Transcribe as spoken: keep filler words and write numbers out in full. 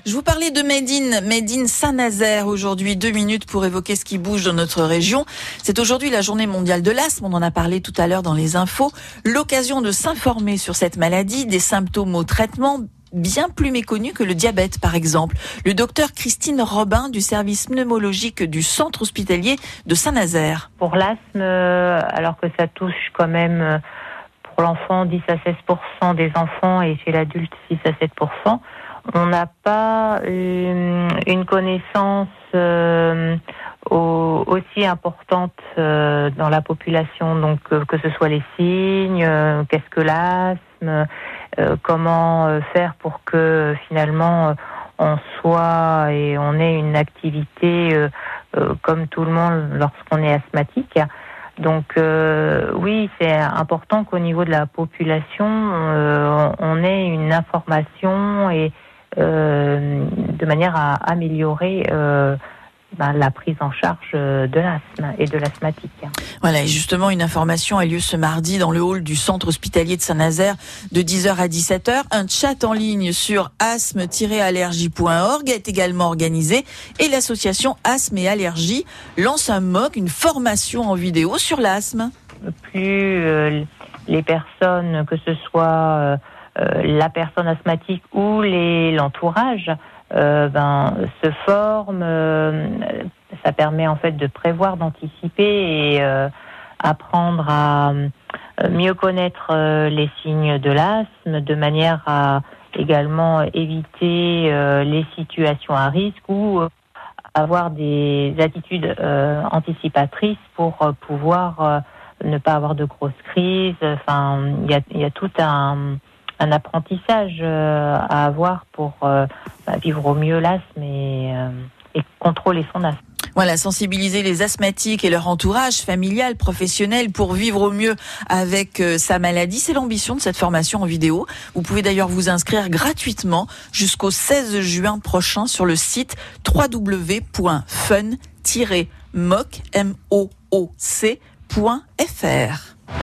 Je vous parlais de Made in, Made in Saint-Nazaire aujourd'hui. Deux minutes pour évoquer ce qui bouge dans notre région. C'est aujourd'hui la journée mondiale de l'asthme. On en a parlé tout à l'heure dans les infos. L'occasion de s'informer sur cette maladie, des symptômes au traitement, bien plus méconnu que le diabète, par exemple. Le docteur Christine Robin du service pneumologique du centre hospitalier de Saint-Nazaire. Pour l'asthme, alors que ça touche quand même pour l'enfant dix à seize pour cent des enfants et chez l'adulte six à sept pour cent, on n'a pas une, une connaissance euh, au, aussi importante euh, dans la population. Donc euh, que ce soit les signes, euh, qu'est-ce que l'asthme, euh, comment euh, faire pour que finalement euh, on soit et on ait une activité euh, euh, comme tout le monde lorsqu'on est asthmatique. Donc euh, oui, c'est important qu'au niveau de la population, euh, on ait une information et euh, de manière à améliorer euh, ben, la prise en charge de l'asthme et de l'asthmatique. Voilà, et justement, une information a lieu ce mardi dans le hall du centre hospitalier de Saint-Nazaire de dix heures à dix-sept heures. Un chat en ligne sur asthme tiret allergie point org est également organisé et l'association Asthme et Allergie lance un M O C, une formation en vidéo sur l'asthme. Plus euh, les personnes, que ce soit euh, euh, la personne asthmatique ou les, l'entourage, Euh, ben, se forme, euh, ça permet en fait de prévoir, d'anticiper et euh, apprendre à euh, mieux connaître euh, les signes de l'asthme, de manière à également éviter euh, les situations à risque ou euh, avoir des attitudes euh, anticipatrices pour euh, pouvoir euh, ne pas avoir de grosses crises. Enfin, il y a, il y a tout un un apprentissage euh, à avoir pour euh, bah, vivre au mieux l'asthme et, euh, et contrôler son asthme. Voilà, sensibiliser les asthmatiques et leur entourage familial, professionnel, pour vivre au mieux avec euh, sa maladie. C'est l'ambition de cette formation en vidéo. Vous pouvez d'ailleurs vous inscrire gratuitement jusqu'au seize juin prochain sur le site w w w point fun tiret moc point f r.